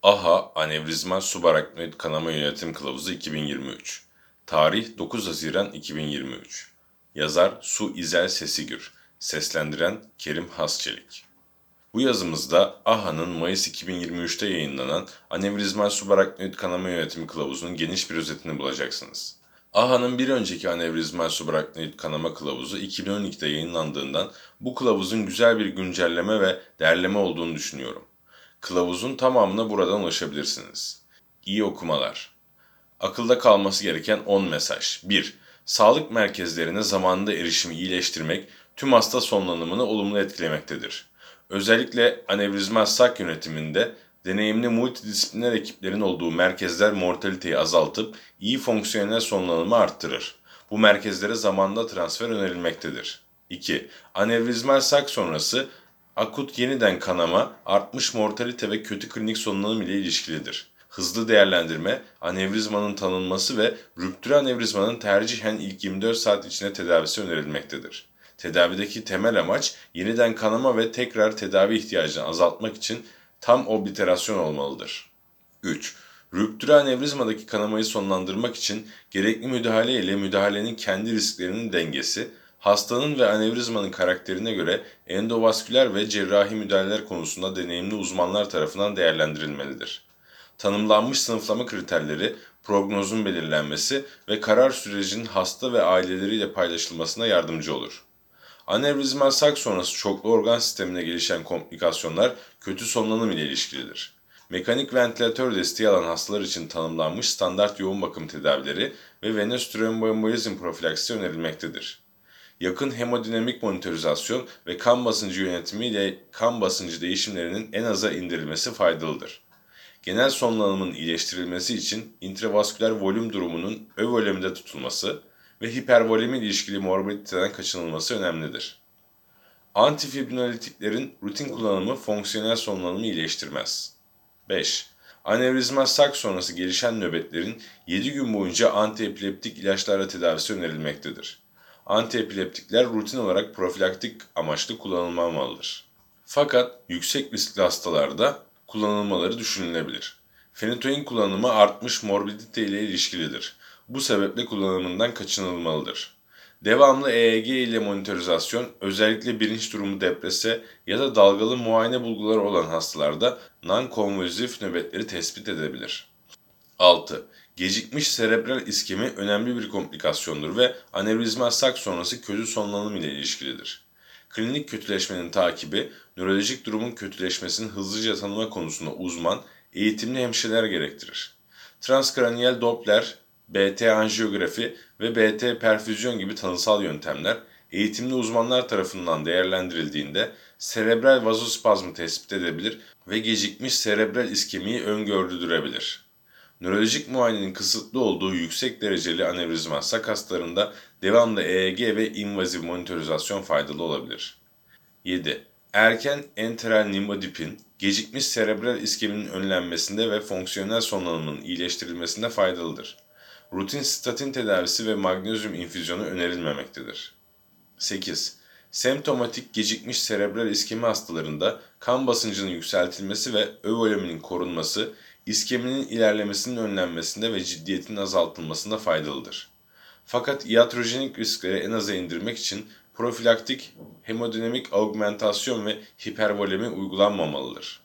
AHA Anevrizmal Subaraknoid Kanama Yönetim Kılavuzu 2023. Tarih 9 Haziran 2023. Yazar Su İzel Sesigür. Seslendiren Kerim Hasçelik. Bu yazımızda AHA'nın Mayıs 2023'te yayınlanan Anevrizmal Subaraknoid Kanama Yönetimi Kılavuzu'nun geniş bir özetini bulacaksınız. AHA'nın bir önceki Anevrizmal Subaraknoid Kanama Kılavuzu 2012'de yayınlandığından bu kılavuzun güzel bir güncelleme ve derleme olduğunu düşünüyorum. Kılavuzun tamamına buradan ulaşabilirsiniz. İyi okumalar. Akılda kalması gereken 10 mesaj. 1. Sağlık merkezlerine zamanında erişimi iyileştirmek tüm hasta sonlanımını olumlu etkilemektedir. Özellikle anevrizmal sak yönetiminde deneyimli multidisipliner ekiplerin olduğu merkezler mortaliteyi azaltıp iyi fonksiyonel sonlanımı arttırır. Bu merkezlere zamanında transfer önerilmektedir. 2. Anevrizmal sak sonrası akut yeniden kanama, artmış mortalite ve kötü klinik sonlanım ile ilişkilidir. Hızlı değerlendirme, anevrizmanın tanınması ve rüptür anevrizmanın tercihen ilk 24 saat içinde tedavisi önerilmektedir. Tedavideki temel amaç yeniden kanama ve tekrar tedavi ihtiyacını azaltmak için tam obliterasyon olmalıdır. 3. Rüptür anevrizmadaki kanamayı sonlandırmak için gerekli müdahale ile müdahalenin kendi risklerinin dengesi, hastanın ve anevrizmanın karakterine göre endovasküler ve cerrahi müdahaleler konusunda deneyimli uzmanlar tarafından değerlendirilmelidir. Tanımlanmış sınıflama kriterleri, prognozun belirlenmesi ve karar sürecinin hasta ve aileleriyle paylaşılmasına yardımcı olur. Anevrizmal sak sonrası çoklu organ sistemine gelişen komplikasyonlar kötü sonlanım ile ilişkilidir. Mekanik ventilatör desteği alan hastalar için tanımlanmış standart yoğun bakım tedavileri ve venöz tromboembolizm profilaksisi önerilmektedir. Yakın hemodinamik monitorizasyon ve kan basıncı yönetimi ile kan basıncı değişimlerinin en aza indirilmesi faydalıdır. Genel sonlanımın iyileştirilmesi için intravasküler volüm durumunun övolemide tutulması ve hipervolemi ilişkili morbiditeden kaçınılması önemlidir. Antifibrinolitiklerin rutin kullanımı fonksiyonel sonlanımı iyileştirmez. 5. Anevrizmal sak sonrası gelişen nöbetlerin 7 gün boyunca antiepileptik ilaçlarla tedavisi önerilmektedir. Antiepileptikler rutin olarak profilaktik amaçlı kullanılmamalıdır. Fakat yüksek riskli hastalarda kullanılmaları düşünülebilir. Fenitoin kullanımı artmış morbidite ile ilişkilidir. Bu sebeple kullanımından kaçınılmalıdır. Devamlı EEG ile monitorizasyon, özellikle bilinç durumu deprese ya da dalgalı muayene bulguları olan hastalarda non-konvulsif nöbetleri tespit edebilir. 6. Gecikmiş serebral iskemi önemli bir komplikasyondur ve anevrizmal sak sonrası kötü sonlanım ile ilişkilidir. Klinik kötüleşmenin takibi, nörolojik durumun kötüleşmesini hızlıca tanıma konusunda uzman, eğitimli hemşireler gerektirir. Transkraniyel Doppler, BT anjiyografi ve BT perfüzyon gibi tanısal yöntemler, eğitimli uzmanlar tarafından değerlendirildiğinde serebral vazospazmı tespit edebilir ve gecikmiş serebral iskemiyi öngördürebilir. Nörolojik muayenenin kısıtlı olduğu yüksek dereceli anevrizma sak hastalarında devamlı EEG ve invaziv monitorizasyon faydalı olabilir. 7. Erken enteral nimodipin, gecikmiş serebral iskeminin önlenmesinde ve fonksiyonel sonlanımının iyileştirilmesinde faydalıdır. Rutin statin tedavisi ve magnezyum infüzyonu önerilmemektedir. 8. Semptomatik gecikmiş serebral iskemi hastalarında kan basıncının yükseltilmesi ve övoleminin korunması, iskeminin ilerlemesinin önlenmesinde ve ciddiyetinin azaltılmasında faydalıdır. Fakat iatrojenik riskleri en aza indirmek için profilaktik hemodinamik augmentasyon ve hipervolemi uygulanmamalıdır.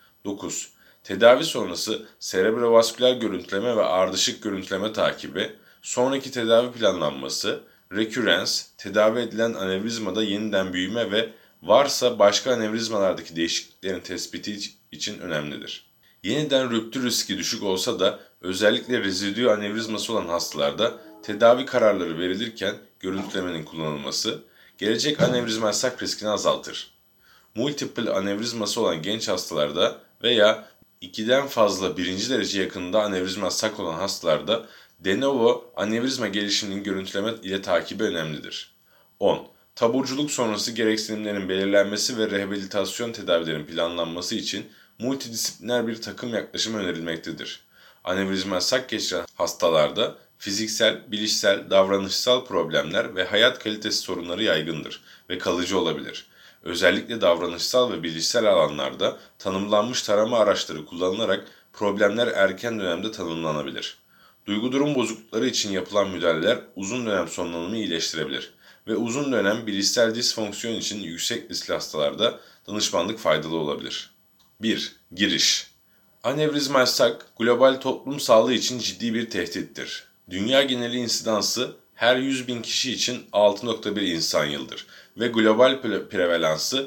9. Tedavi sonrası serebrovasküler görüntüleme ve ardışık görüntüleme takibi, sonraki tedavi planlanması, rekürens, tedavi edilen anevrizmada yeniden büyüme ve varsa başka anevrizmalardaki değişikliklerin tespiti için önemlidir. Yeniden rüptür riski düşük olsa da özellikle rezidüo anevrizması olan hastalarda tedavi kararları verilirken görüntülemenin kullanılması, gelecek anevrizmal sak riskini azaltır. Multiple anevrizması olan genç hastalarda veya 2'den fazla birinci derece yakınında anevrizma sak olan hastalarda de novo anevrizma gelişiminin görüntüleme ile takibi önemlidir. 10. Taburculuk sonrası gereksinimlerin belirlenmesi ve rehabilitasyon tedavilerin planlanması için multidisipliner bir takım yaklaşım önerilmektedir. Anevrizma sak geçiren hastalarda fiziksel, bilişsel, davranışsal problemler ve hayat kalitesi sorunları yaygındır ve kalıcı olabilir. Özellikle davranışsal ve bilişsel alanlarda tanımlanmış tarama araçları kullanılarak problemler erken dönemde tanımlanabilir. Duygu durum bozuklukları için yapılan müdahaleler uzun dönem sonlanımı iyileştirebilir ve uzun dönem bilişsel disfonksiyon için yüksek riskli hastalarda danışmanlık faydalı olabilir. 1. Giriş. Anevrizmal sak, global toplum sağlığı için ciddi bir tehdittir. Dünya geneli insidansı her 100.000 kişi için 6.1 insan yıldır ve global prevalansı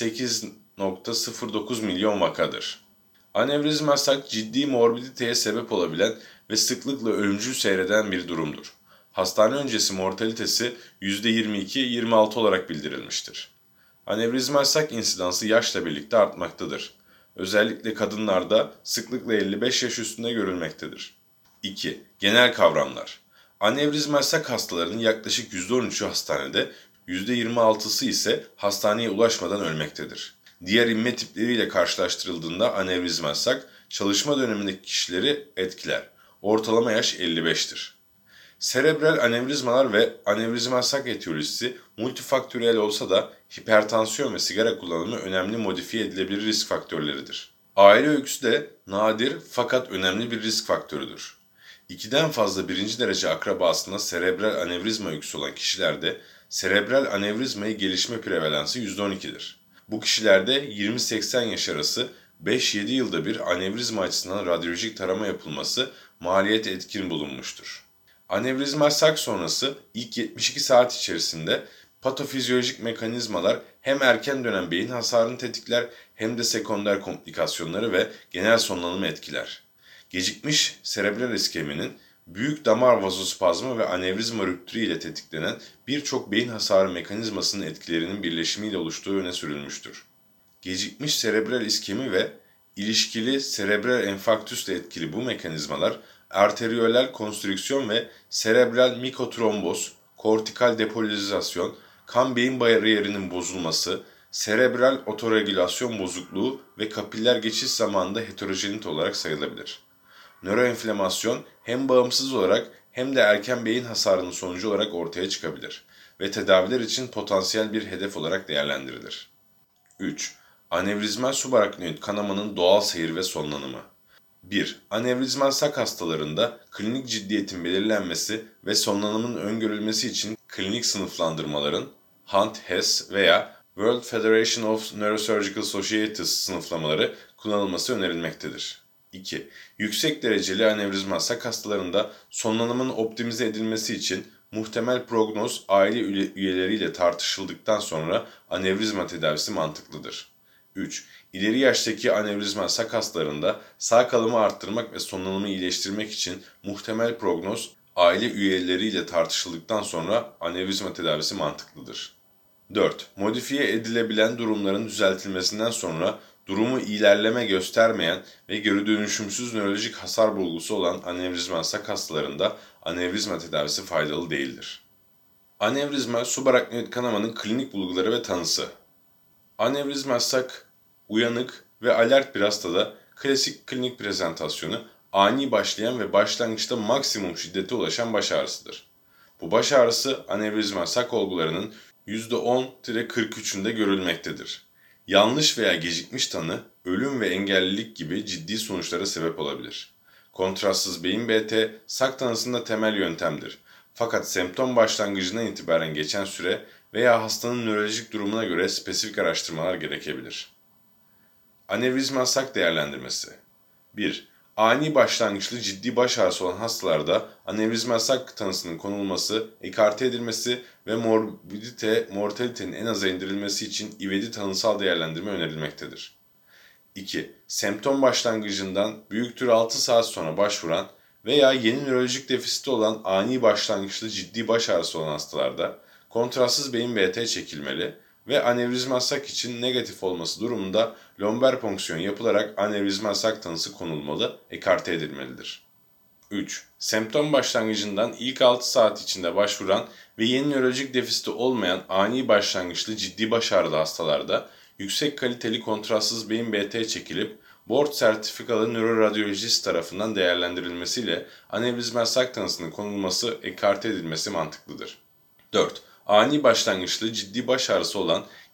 8.09 milyon vakadır. Anevrizmal sak ciddi morbiditeye sebep olabilen ve sıklıkla ölümcül seyreden bir durumdur. Hastane öncesi mortalitesi %22-26 olarak bildirilmiştir. Anevrizmal sak insidansı yaşla birlikte artmaktadır. Özellikle kadınlarda sıklıkla 55 yaş üstünde görülmektedir. 2. Genel kavramlar. Anevrizmal sak hastalarının yaklaşık %13'ü hastanede, %26'sı ise hastaneye ulaşmadan ölmektedir. Diğer inme tipleriyle karşılaştırıldığında anevrizmal sak çalışma dönemindeki kişileri etkiler. Ortalama yaş 55'tir. Serebral anevrizmalar ve anevrizmal sak etiyolojisi multifaktöriyel olsa da hipertansiyon ve sigara kullanımı önemli modifiye edilebilir risk faktörleridir. Aile öyküsü de nadir fakat önemli bir risk faktörüdür. 2'den fazla birinci derece akrabasında serebral anevrizma öyküsü olan kişilerde serebral anevrizmayı gelişme prevalansı %12'dir. Bu kişilerde 20-80 yaş arası 5-7 yılda bir anevrizma açısından radyolojik tarama yapılması maliyet etkin bulunmuştur. Anevrizmal sak sonrası ilk 72 saat içerisinde patofizyolojik mekanizmalar hem erken dönem beyin hasarını tetikler hem de sekonder komplikasyonları ve genel sonlanımı etkiler. Gecikmiş serebral iskeminin büyük damar vazospazmı ve anevrizma rüptürü ile tetiklenen birçok beyin hasarı mekanizmasının etkilerinin birleşimiyle oluştuğu öne sürülmüştür. Gecikmiş serebral iskemi ve ilişkili serebral enfarktüsle etkili bu mekanizmalar arteriyolal konstrüksiyon ve serebral mikotromboz, kortikal depolarizasyon, kan beyin bariyerinin bozulması, serebral otoregülasyon bozukluğu ve kapiller geçiş zamanında heterojenit olarak sayılabilir. Nöroenflamasyon hem bağımsız olarak hem de erken beyin hasarının sonucu olarak ortaya çıkabilir ve tedaviler için potansiyel bir hedef olarak değerlendirilir. 3. Anevrizmal subaraknoid kanamanın doğal seyir ve sonlanımı. 1. Anevrizmal sak hastalarında klinik ciddiyetin belirlenmesi ve sonlanımın öngörülmesi için klinik sınıflandırmaların Hunt, Hess veya World Federation of Neurosurgical Societies sınıflamaları kullanılması önerilmektedir. 2. Yüksek dereceli anevrizmal sak hastalarında sonlanımın optimize edilmesi için muhtemel prognoz aile üyeleriyle tartışıldıktan sonra anevrizma tedavisi mantıklıdır. 3. İleri yaştaki anevrizmal sak hastalarında sağ kalımı arttırmak ve sonlanımı iyileştirmek için muhtemel prognoz aile üyeleriyle tartışıldıktan sonra anevrizma tedavisi mantıklıdır. 4. Modifiye edilebilen durumların düzeltilmesinden sonra durumu ilerleme göstermeyen ve geri dönüşümsüz nörolojik hasar bulgusu olan anevrizmal sak hastalarında anevrizma tedavisi faydalı değildir. Anevrizmal subaraknoid kanamanın klinik bulguları ve tanısı. Anevrizmal sak, uyanık ve alert bir hastada klasik klinik prezentasyonu ani başlayan ve başlangıçta maksimum şiddete ulaşan baş ağrısıdır. Bu baş ağrısı anevrizmal sak olgularının %10-43'ünde görülmektedir. Yanlış veya gecikmiş tanı, ölüm ve engellilik gibi ciddi sonuçlara sebep olabilir. Kontrastsız beyin BT, sak tanısında temel yöntemdir. Fakat semptom başlangıcından itibaren geçen süre veya hastanın nörolojik durumuna göre spesifik araştırmalar gerekebilir. Anevrizmal sak değerlendirmesi. 1. Ani başlangıçlı ciddi baş ağrısı olan hastalarda anevrizmal sak tanısının konulması, ekarte edilmesi ve mortalitenin en aza indirilmesi için ivedi tanısal değerlendirme önerilmektedir. 2. Semptom başlangıcından büyüktür 6 saat sonra başvuran veya yeni nörolojik defisiti olan ani başlangıçlı ciddi baş ağrısı olan hastalarda kontrastsız beyin BT çekilmeli ve anevrizmal sak için negatif olması durumunda lomber ponksiyon yapılarak anevrizmal sak tanısı konulmalı, ekarte edilmelidir. 3. Semptom başlangıcından ilk 6 saat içinde başvuran ve yeni nörolojik defisiti olmayan ani başlangıçlı ciddi baş ağrılı hastalarda yüksek kaliteli kontrastsız beyin BT çekilip board sertifikalı nöroradyolojist tarafından değerlendirilmesiyle anevrizmal sak tanısının konulması, ekarte edilmesi mantıklıdır. 4. Ani başlangıçlı ciddi baş ağrısı olan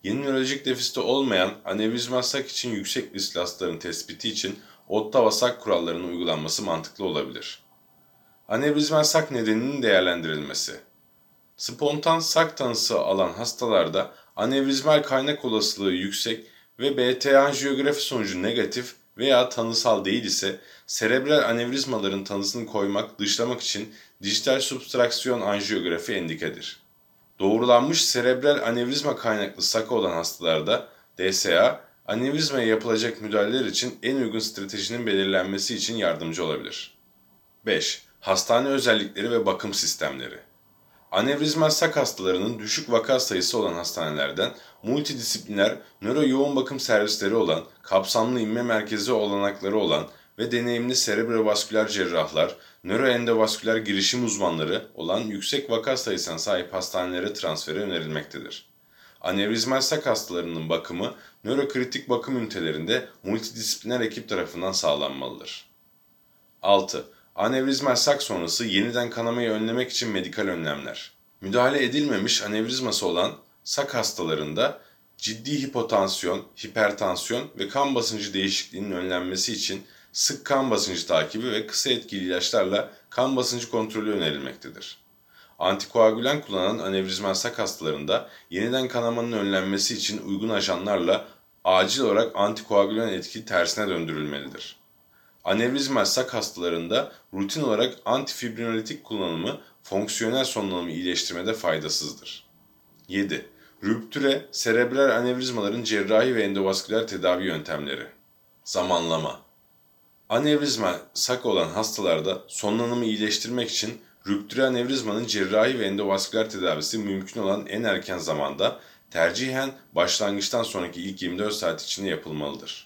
Yeni nörolojik defisiti olmayan anevrizmal sak için yüksek riskli hastaların tespiti için Ottawa sak kurallarının uygulanması mantıklı olabilir. Anevrizmal sak nedeninin değerlendirilmesi. Spontan sak tanısı alan hastalarda anevrizmal kaynak olasılığı yüksek ve BT anjiyografi sonucu negatif veya tanısal değil ise serebral anevrizmaların tanısını koymak, dışlamak için dijital subtraksiyon anjiyografi endikedir. Doğrulanmış serebral anevrizma kaynaklı sak olan hastalarda DSA, anevrizmaya yapılacak müdahaleler için en uygun stratejinin belirlenmesi için yardımcı olabilir. 5. Hastane özellikleri ve bakım sistemleri. Anevrizmal sak hastalarının düşük vaka sayısı olan hastanelerden multidisipliner nöro yoğun bakım servisleri olan, kapsamlı inme merkezi olanakları olan ve deneyimli serebrovasküler cerrahlar, nöroendovasküler girişim uzmanları olan yüksek vaka sayısına sahip hastanelere transferi önerilmektedir. Anevrizmal sak hastalarının bakımı nörokritik bakım ünitelerinde multidisipliner ekip tarafından sağlanmalıdır. 6. Anevrizmal sak sonrası yeniden kanamayı önlemek için medikal önlemler. Müdahale edilmemiş anevrizması olan sak hastalarında ciddi hipotansiyon, hipertansiyon ve kan basıncı değişikliğinin önlenmesi için sık kan basıncı takibi ve kısa etkili ilaçlarla kan basıncı kontrolü önerilmektedir. Antikoagülan kullanan anevrizmal sak hastalarında yeniden kanamanın önlenmesi için uygun ajanlarla acil olarak antikoagülan etki tersine döndürülmelidir. Anevrizmal sak hastalarında rutin olarak antifibrinolitik kullanımı fonksiyonel sonlanımı iyileştirmede faydasızdır. 7. Rüptüre, serebral anevrizmaların cerrahi ve endovasküler tedavi yöntemleri. Zamanlama. Anevrizma sak olan hastalarda sonlanımı iyileştirmek için rüptüre anevrizmanın cerrahi ve endovasküler tedavisi mümkün olan en erken zamanda, tercihen başlangıçtan sonraki ilk 24 saat içinde yapılmalıdır.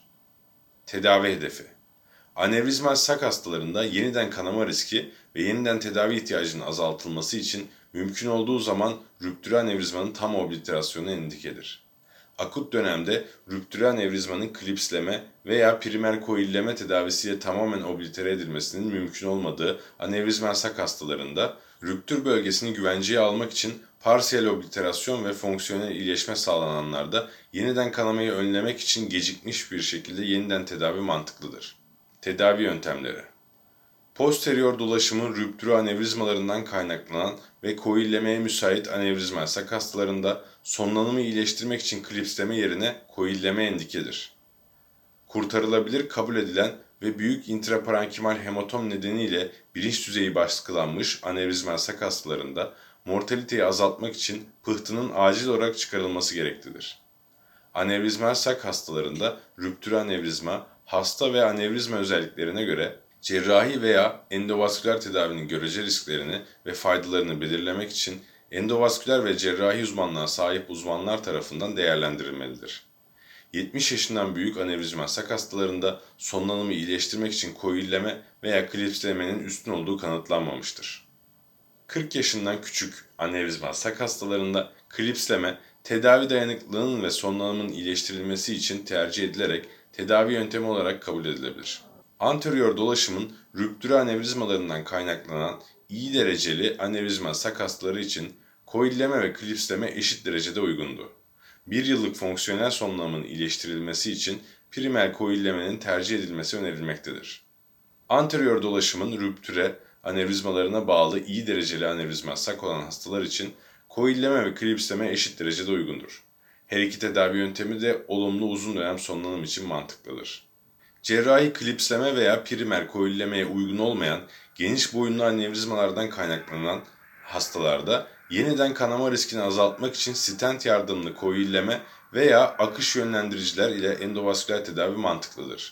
Tedavi hedefi. Anevrizmal sak hastalarında yeniden kanama riski ve yeniden tedavi ihtiyacının azaltılması için mümkün olduğu zaman rüptüre anevrizmanın tam obliterasyonu indikedir. Akut dönemde rüptüre anevrizmanın klipsleme veya primer koilleme tedavisiyle tamamen oblitere edilmesinin mümkün olmadığı anevrizmal sak hastalarında rüptür bölgesini güvenceye almak için parsiyel obliterasyon ve fonksiyonel iyileşme sağlananlarda yeniden kanamayı önlemek için gecikmiş bir şekilde yeniden tedavi mantıklıdır. Tedavi yöntemleri. Posterior dolaşımın rüptürü anevrizmalarından kaynaklanan ve koillemeye müsait anevrizmal sak hastalarında sonlanımı iyileştirmek için klipsleme yerine koilleme endikedir. Kurtarılabilir kabul edilen ve büyük intraparenkimal hematom nedeniyle bilinç düzeyi baskılanmış anevrizmal sak hastalarında mortaliteyi azaltmak için pıhtının acil olarak çıkarılması gereklidir. Anevrizmal sak hastalarında rüptürü anevrizma, hasta ve anevrizma özelliklerine göre cerrahi veya endovasküler tedavinin görece risklerini ve faydalarını belirlemek için endovasküler ve cerrahi uzmanlığa sahip uzmanlar tarafından değerlendirilmelidir. 70 yaşından büyük anevrizmal sak hastalarında sonlanımı iyileştirmek için koilleme veya klipslemenin üstün olduğu kanıtlanmamıştır. 40 yaşından küçük anevrizmal sak hastalarında klipsleme, tedavi dayanıklılığının ve sonlanımın iyileştirilmesi için tercih edilerek tedavi yöntemi olarak kabul edilebilir. Anterior dolaşımın rüptüre anevrizmalarından kaynaklanan iyi dereceli anevrizmal sak hastaları için koilleme ve klipsleme eşit derecede uygundu. 1 yıllık fonksiyonel sonlanımın iyileştirilmesi için primer koillemenin tercih edilmesi önerilmektedir. Anterior dolaşımın rüptüre anevrizmalarına bağlı iyi dereceli anevrizmal sak olan hastalar için koilleme ve klipsleme eşit derecede uygundur. Her iki tedavi yöntemi de olumlu uzun dönem sonlanım için mantıklıdır. Cerrahi klipsleme veya primer koillemeye uygun olmayan geniş boyunlu anevrizmalardan kaynaklanan hastalarda yeniden kanama riskini azaltmak için stent yardımlı koilleme veya akış yönlendiriciler ile endovasküler tedavi mantıklıdır.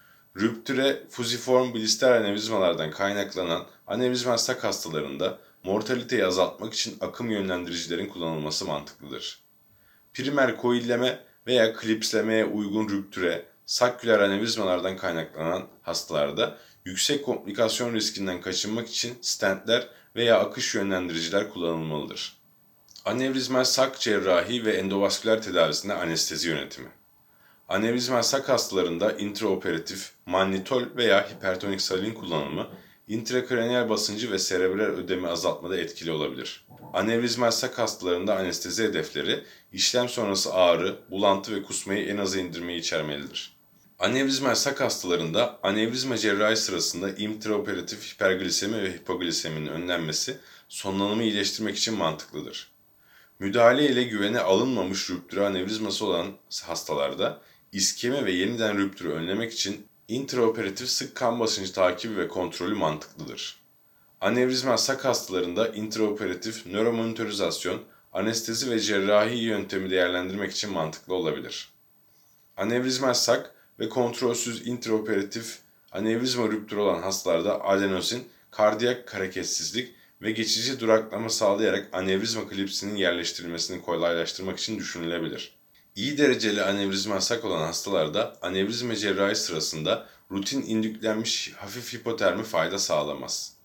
Rüptüre fuziform blister anevrizmalardan kaynaklanan anevrizmal sak hastalarında mortaliteyi azaltmak için akım yönlendiricilerin kullanılması mantıklıdır. Primer koilleme veya klipslemeye uygun rüptüre, sakküler anevrizmalardan kaynaklanan hastalarda yüksek komplikasyon riskinden kaçınmak için stentler veya akış yönlendiriciler kullanılmalıdır. Anevrizmal sak cerrahi ve endovasküler tedavisinde anestezi yönetimi. Anevrizmal sak hastalarında intraoperatif, mannitol veya hipertonik salin kullanımı intrakraniyal basıncı ve serebral ödemi azaltmada etkili olabilir. Anevrizmal sak hastalarında anestezi hedefleri, işlem sonrası ağrı, bulantı ve kusmayı en aza indirmeyi içermelidir. Anevrizmal sak hastalarında anevrizma cerrahi sırasında intraoperatif hiperglisemi ve hipogliseminin önlenmesi sonlanımı iyileştirmek için mantıklıdır. Müdahale ile güvene alınmamış rüptürü anevrizması olan hastalarda iskemi ve yeniden rüptürü önlemek için intraoperatif sık kan basıncı takibi ve kontrolü mantıklıdır. Anevrizmal sak hastalarında intraoperatif nöromonitorizasyon, anestezi ve cerrahi yöntemi değerlendirmek için mantıklı olabilir. Anevrizmal sak ve kontrolsüz intraoperatif anevrizma rüptürü olan hastalarda adenosin, kardiyak hareketsizlik ve geçici duraklama sağlayarak anevrizma klipsinin yerleştirilmesini kolaylaştırmak için düşünülebilir. İyi dereceli anevrizma sak olan hastalarda anevrizma cerrahi sırasında rutin indüklenmiş hafif hipotermi fayda sağlamaz.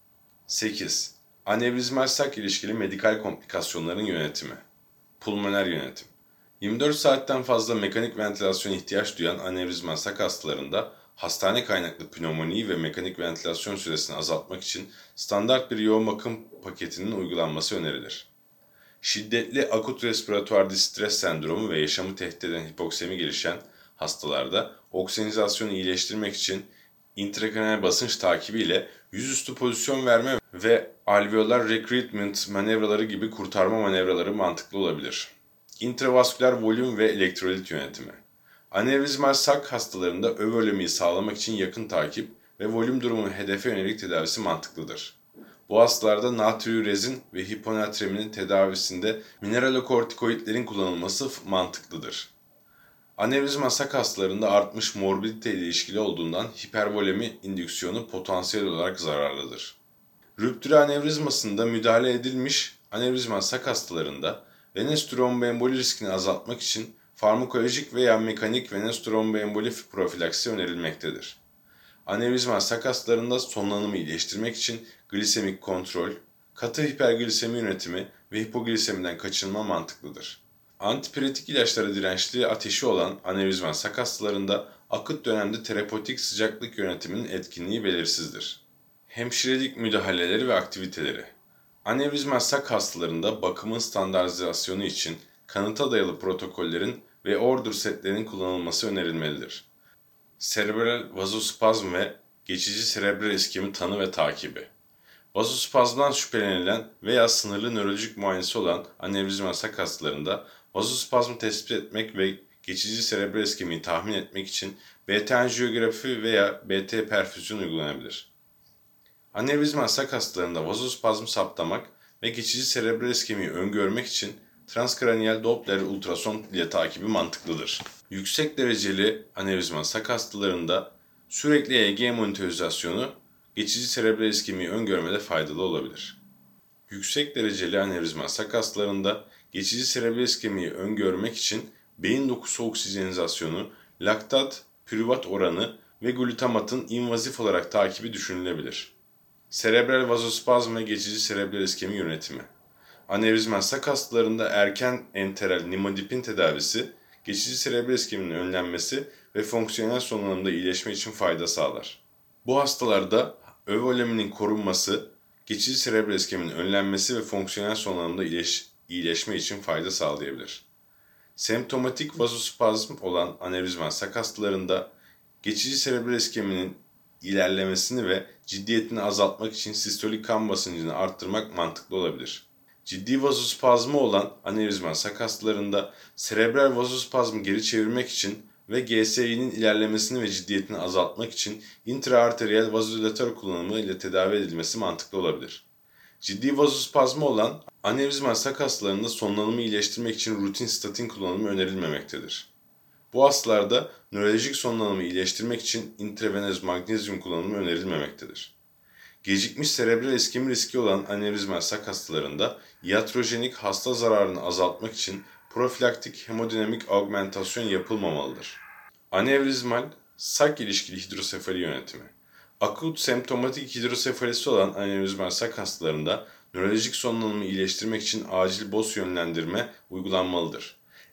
8. Anevrizmal sak ilişkili medikal komplikasyonların yönetimi. Pulmoner yönetim. 24 saatten fazla mekanik ventilasyon ihtiyaç duyan anevrizmal sak hastalarında hastane kaynaklı pnömoniyi ve mekanik ventilasyon süresini azaltmak için standart bir yoğun bakım paketinin uygulanması önerilir. Şiddetli akut respiratuar distres sendromu ve yaşamı tehdit eden hipoksemi gelişen hastalarda oksijenizasyonu iyileştirmek için intrakraniyal basınç takibi ile yüzüstü pozisyon verme ve alveolar recruitment manevraları gibi kurtarma manevraları mantıklı olabilir. İntravasküler volüm ve elektrolit yönetimi. Anevrizmal sak hastalarında övolemiyi sağlamak için yakın takip ve volüm durumu hedefe yönelik tedavisi mantıklıdır. Bu hastalarda natriürezin ve hiponatreminin tedavisinde mineralokortikoidlerin kullanılması mantıklıdır. Anevrizma sak hastalarında artmış morbidite ile ilişkili olduğundan hipervolemi indüksiyonu potansiyel olarak zararlıdır. Rüptür anevrizmasında müdahale edilmiş anevrizma sak hastalarında venöz tromboemboli riskini azaltmak için farmakolojik veya mekanik venöz tromboemboli profilaksi önerilmektedir. Anevrizma sak hastalarında sonlanımı iyileştirmek için glisemik kontrol, katı hiperglisemi yönetimi ve hipoglisemiden kaçınma mantıklıdır. Antipiretik ilaçlara dirençli ateşi olan anevrizma sak hastalarında akut dönemde terapötik sıcaklık yönetiminin etkinliği belirsizdir. Hemşirelik müdahaleleri ve aktiviteleri. Anevrizma sak hastalarında bakımın standartizasyonu için kanıta dayalı protokollerin ve order setlerinin kullanılması önerilmelidir. Serebral vazospazm ve geçici serebral iskemi tanı ve takibi. Vazospazmdan şüphelenilen veya sınırlı nörolojik muayenesi olan anevrizma sak hastalarında vazospazmı tespit etmek ve geçici serebral iskemiyi tahmin etmek için BT anjiyografi veya BT perfüzyon uygulanabilir. Anevrizma sak hastalarında vazospazmı saptamak ve geçici serebral iskemiyi öngörmek için transkraniyal Doppler ultrason ile takibi mantıklıdır. Yüksek dereceli anevrizma sak hastalarında sürekli EEG monitorizasyonu geçici serebral iskemiyi öngörmede faydalı olabilir. Yüksek dereceli anevrizma sak hastalarında geçici serebral iskemiyi öngörmek için beyin dokusu oksijenizasyonu, laktat, pürüvat oranı ve glutamatın invazif olarak takibi düşünülebilir. Serebral vazospazm ve geçici serebral iskemi yönetimi. Anevrizma sak hastalarında erken enteral nimodipin tedavisi, geçici serebral iskeminin önlenmesi ve fonksiyonel sonlanımda iyileşme için fayda sağlar. Bu hastalarda övoleminin korunması, geçici serebral iskeminin önlenmesi ve fonksiyonel sonlanımda iyileşme için fayda sağlayabilir. Semptomatik vazospazm olan anevrizma sak hastalarında geçici serebral iskeminin ilerlemesini ve ciddiyetini azaltmak için sistolik kan basıncını arttırmak mantıklı olabilir. Ciddi vazospazmı olan anevrizma sak hastalarında serebral vazospazmı geri çevirmek için ve GSI'nin ilerlemesini ve ciddiyetini azaltmak için intraarteriyel vazodilatör kullanımı ile tedavi edilmesi mantıklı olabilir. Ciddi vazospazmı olan anevrizma sak hastalarında sonlanımı iyileştirmek için rutin statin kullanımı önerilmemektedir. Bu hastalarda nörolojik sonlanımı iyileştirmek için intravenöz magnezyum kullanımı önerilmemektedir. Gecikmiş serebral iskemi riski olan anevrizmal sak hastalarında iatrojenik hasta zararını azaltmak için profilaktik hemodinamik augmentasyon yapılmamalıdır. Anevrizmal sak ilişkili hidrosefali yönetimi. Akut semptomatik hidrosefalisi olan anevrizmal sak hastalarında nörolojik sonlanımı iyileştirmek için acil BOS yönlendirme uygulanmalıdır.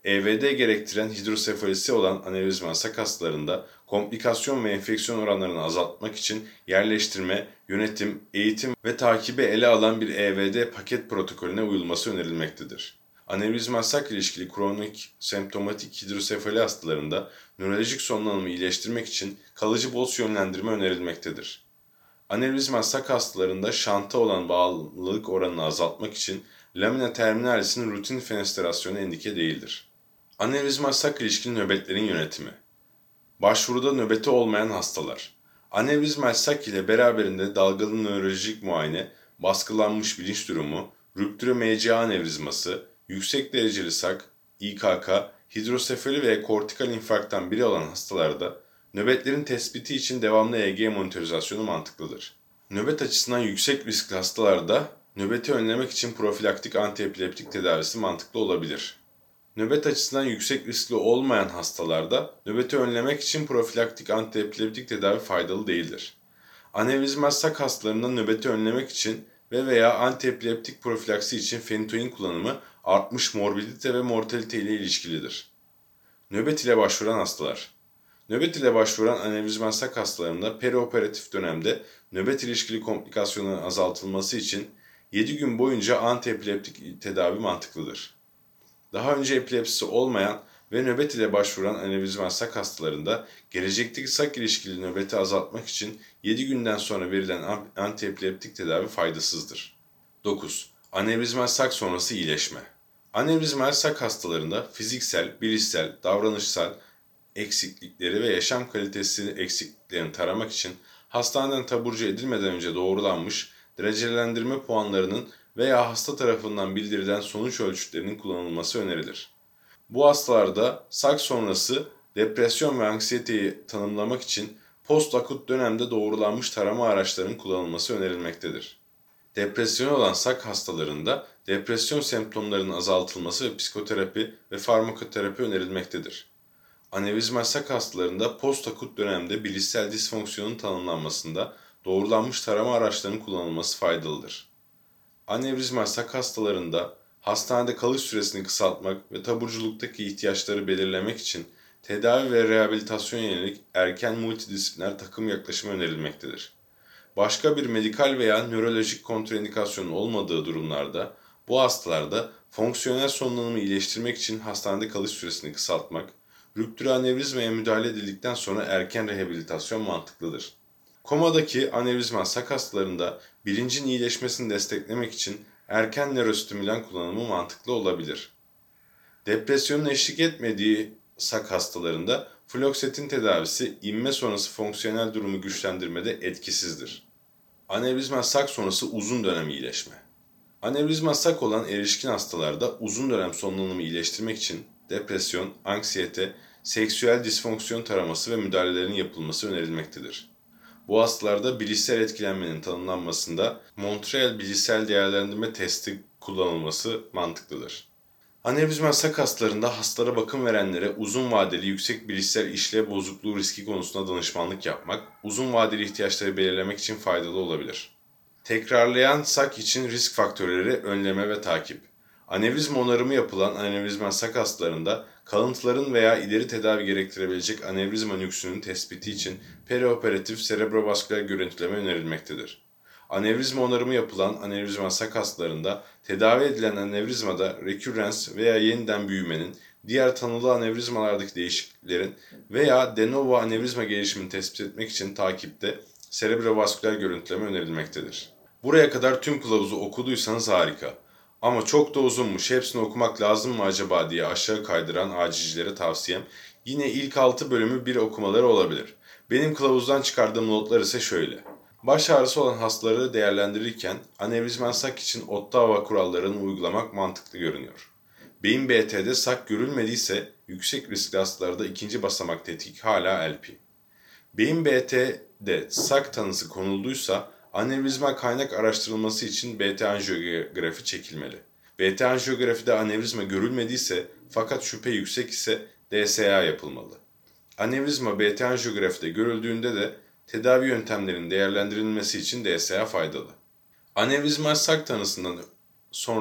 EVD gerektiren hidrosefalisi olan anevrizma sak hastalarında komplikasyon ve enfeksiyon oranlarını azaltmak için yerleştirme, yönetim, eğitim ve takibi ele alan bir EVD paket protokolüne uyulması önerilmektedir. Anevrizma sak ilişkili kronik semptomatik hidrosefali hastalarında nörolojik sonlanımı iyileştirmek için kalıcı BOS yönlendirme önerilmektedir. Anevrizma sak hastalarında şanta olan bağlılık oranını azaltmak için lamina terminalis'in rutin fenestrasyonu endike değildir. Anevrizma sak ilişkili nöbetlerin yönetimi. Başvuruda nöbeti olmayan hastalar. Anevrizma sak ile beraberinde dalgalı nörolojik muayene, baskılanmış bilinç durumu, rüptüre MCA anevrizması, yüksek dereceli sak, İKK, hidrosefali ve kortikal infarktan biri olan hastalarda nöbetlerin tespiti için devamlı EEG monitorizasyonu mantıklıdır. Nöbet açısından yüksek riskli hastalarda nöbeti önlemek için profilaktik antiepileptik tedavisi mantıklı olabilir. Nöbet açısından yüksek riskli olmayan hastalarda nöbeti önlemek için profilaktik antiepileptik tedavi faydalı değildir. Anevrizma sak hastalarında nöbeti önlemek için veya antiepileptik profilaksi için fenitoin kullanımı artmış morbidite ve mortalite ile ilişkilidir. Nöbet ile başvuran hastalar. Nöbet ile başvuran anevrizma sak hastalarında perioperatif dönemde nöbet ilişkili komplikasyonların azaltılması için 7 gün boyunca antiepileptik tedavi mantıklıdır. Daha önce epilepsisi olmayan ve nöbet ile başvuran anevrizma sak hastalarında gelecekteki sak ilişkili nöbeti azaltmak için 7 günden sonra verilen antiepileptik tedavi faydasızdır. 9. Anevrizma sak sonrası iyileşme. Anevrizmal sak hastalarında fiziksel, bilişsel, davranışsal eksiklikleri ve yaşam kalitesi eksikliklerini taramak için hastaneden taburcu edilmeden önce doğrulanmış derecelendirme puanlarının veya hasta tarafından bildirilen sonuç ölçütlerinin kullanılması önerilir. Bu hastalarda sak sonrası depresyon ve anksiyeteyi tanımlamak için post-akut dönemde doğrulanmış tarama araçlarının kullanılması önerilmektedir. Depresyon olan sak hastalarında depresyon semptomlarının azaltılması ve psikoterapi ve farmakoterapi önerilmektedir. Anevrizma sak hastalarında post-akut dönemde bilişsel disfonksiyonun tanımlanmasında doğrulanmış tarama araçlarının kullanılması faydalıdır. Anevrizma sak hastalarında hastanede kalış süresini kısaltmak ve taburculuktaki ihtiyaçları belirlemek için tedavi ve rehabilitasyon yönelik erken multidisipliner takım yaklaşımı önerilmektedir. Başka bir medikal veya nörolojik kontraindikasyonun olmadığı durumlarda bu hastalarda fonksiyonel sonlanımı iyileştirmek için hastanede kalış süresini kısaltmak, rüptüre anevrizmaya müdahale edildikten sonra erken rehabilitasyon mantıklıdır. Komadaki anevrizma sak hastalarında bilincin iyileşmesini desteklemek için erken nörostimülan kullanımı mantıklı olabilir. Depresyonun eşlik etmediği sak hastalarında fluoksetin tedavisi inme sonrası fonksiyonel durumu güçlendirmede etkisizdir. Anevrizma sak sonrası uzun dönem iyileşme. Anevrizma sak olan erişkin hastalarda uzun dönem sonlanımı iyileştirmek için depresyon, anksiyete, seksüel disfonksiyon taraması ve müdahalelerin yapılması önerilmektedir. Bu hastalarda bilişsel etkilenmenin tanımlanmasında Montreal Bilişsel Değerlendirme Testi kullanılması mantıklıdır. Anevrizma sak hastalarında hastalara bakım verenlere uzun vadeli yüksek bilişsel işlev bozukluğu riski konusunda danışmanlık yapmak, uzun vadeli ihtiyaçları belirlemek için faydalı olabilir. Tekrarlayan sak için risk faktörleri önleme ve takip. Anevrizma onarımı yapılan anevrizma sak hastalarında kalıntıların veya ileri tedavi gerektirebilecek anevrizma nüksünün tespiti için perioperatif serebrovasküler görüntüleme önerilmektedir. Anevrizma onarımı yapılan anevrizma sak hastalarında tedavi edilen anevrizmada rekürrens veya yeniden büyümenin, diğer tanılı anevrizmalardaki değişikliklerin veya de novo anevrizma gelişimini tespit etmek için takipte serebrovasküler görüntüleme önerilmektedir. Buraya kadar tüm kılavuzu okuduysanız harika. Ama çok da uzunmuş, hepsini okumak lazım mı acaba diye aşağı kaydıran acilcilere tavsiyem yine ilk 6 bölümü bir okumaları olabilir. Benim kılavuzdan çıkardığım notlar ise şöyle. Baş ağrısı olan hastaları değerlendirirken anevrizma sak için Ottawa kurallarını uygulamak mantıklı görünüyor. Beyin BT'de sak görülmediyse yüksek riskli hastalarda ikinci basamak tetkik hala LP. Beyin BT'de sak tanısı konulduysa anevrizma kaynak araştırılması için BT anjiyografi çekilmeli. BT anjiyografide anevrizma görülmediyse fakat şüphe yüksek ise DSA yapılmalı. Anevrizma BT anjiyografide görüldüğünde de tedavi yöntemlerinin değerlendirilmesi için DSA faydalı. Anevrizma sak tanısından sonra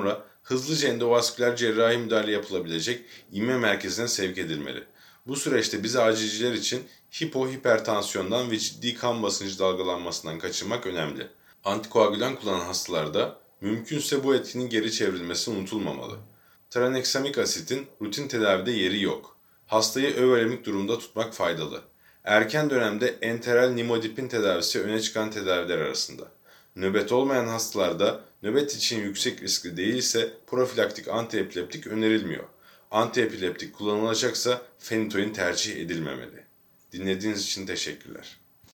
hızlıca endovasküler cerrahi müdahale yapılabilecek inme merkezine sevk edilmeli. Bu süreçte bize acilciler için hipertansiyondan ve ciddi kan basıncı dalgalanmasından kaçınmak önemli. Antikoagülan kullanan hastalarda mümkünse bu etkinin geri çevrilmesi unutulmamalı. Traneksamik asitin rutin tedavide yeri yok. Hastayı övolemik durumda tutmak faydalı. Erken dönemde enteral nimodipin tedavisi öne çıkan tedaviler arasında. Nöbet olmayan hastalarda nöbet için yüksek riskli değilse profilaktik antiepileptik önerilmiyor. Antiepileptik kullanılacaksa fenitoin tercih edilmemeli. Dinlediğiniz için teşekkürler.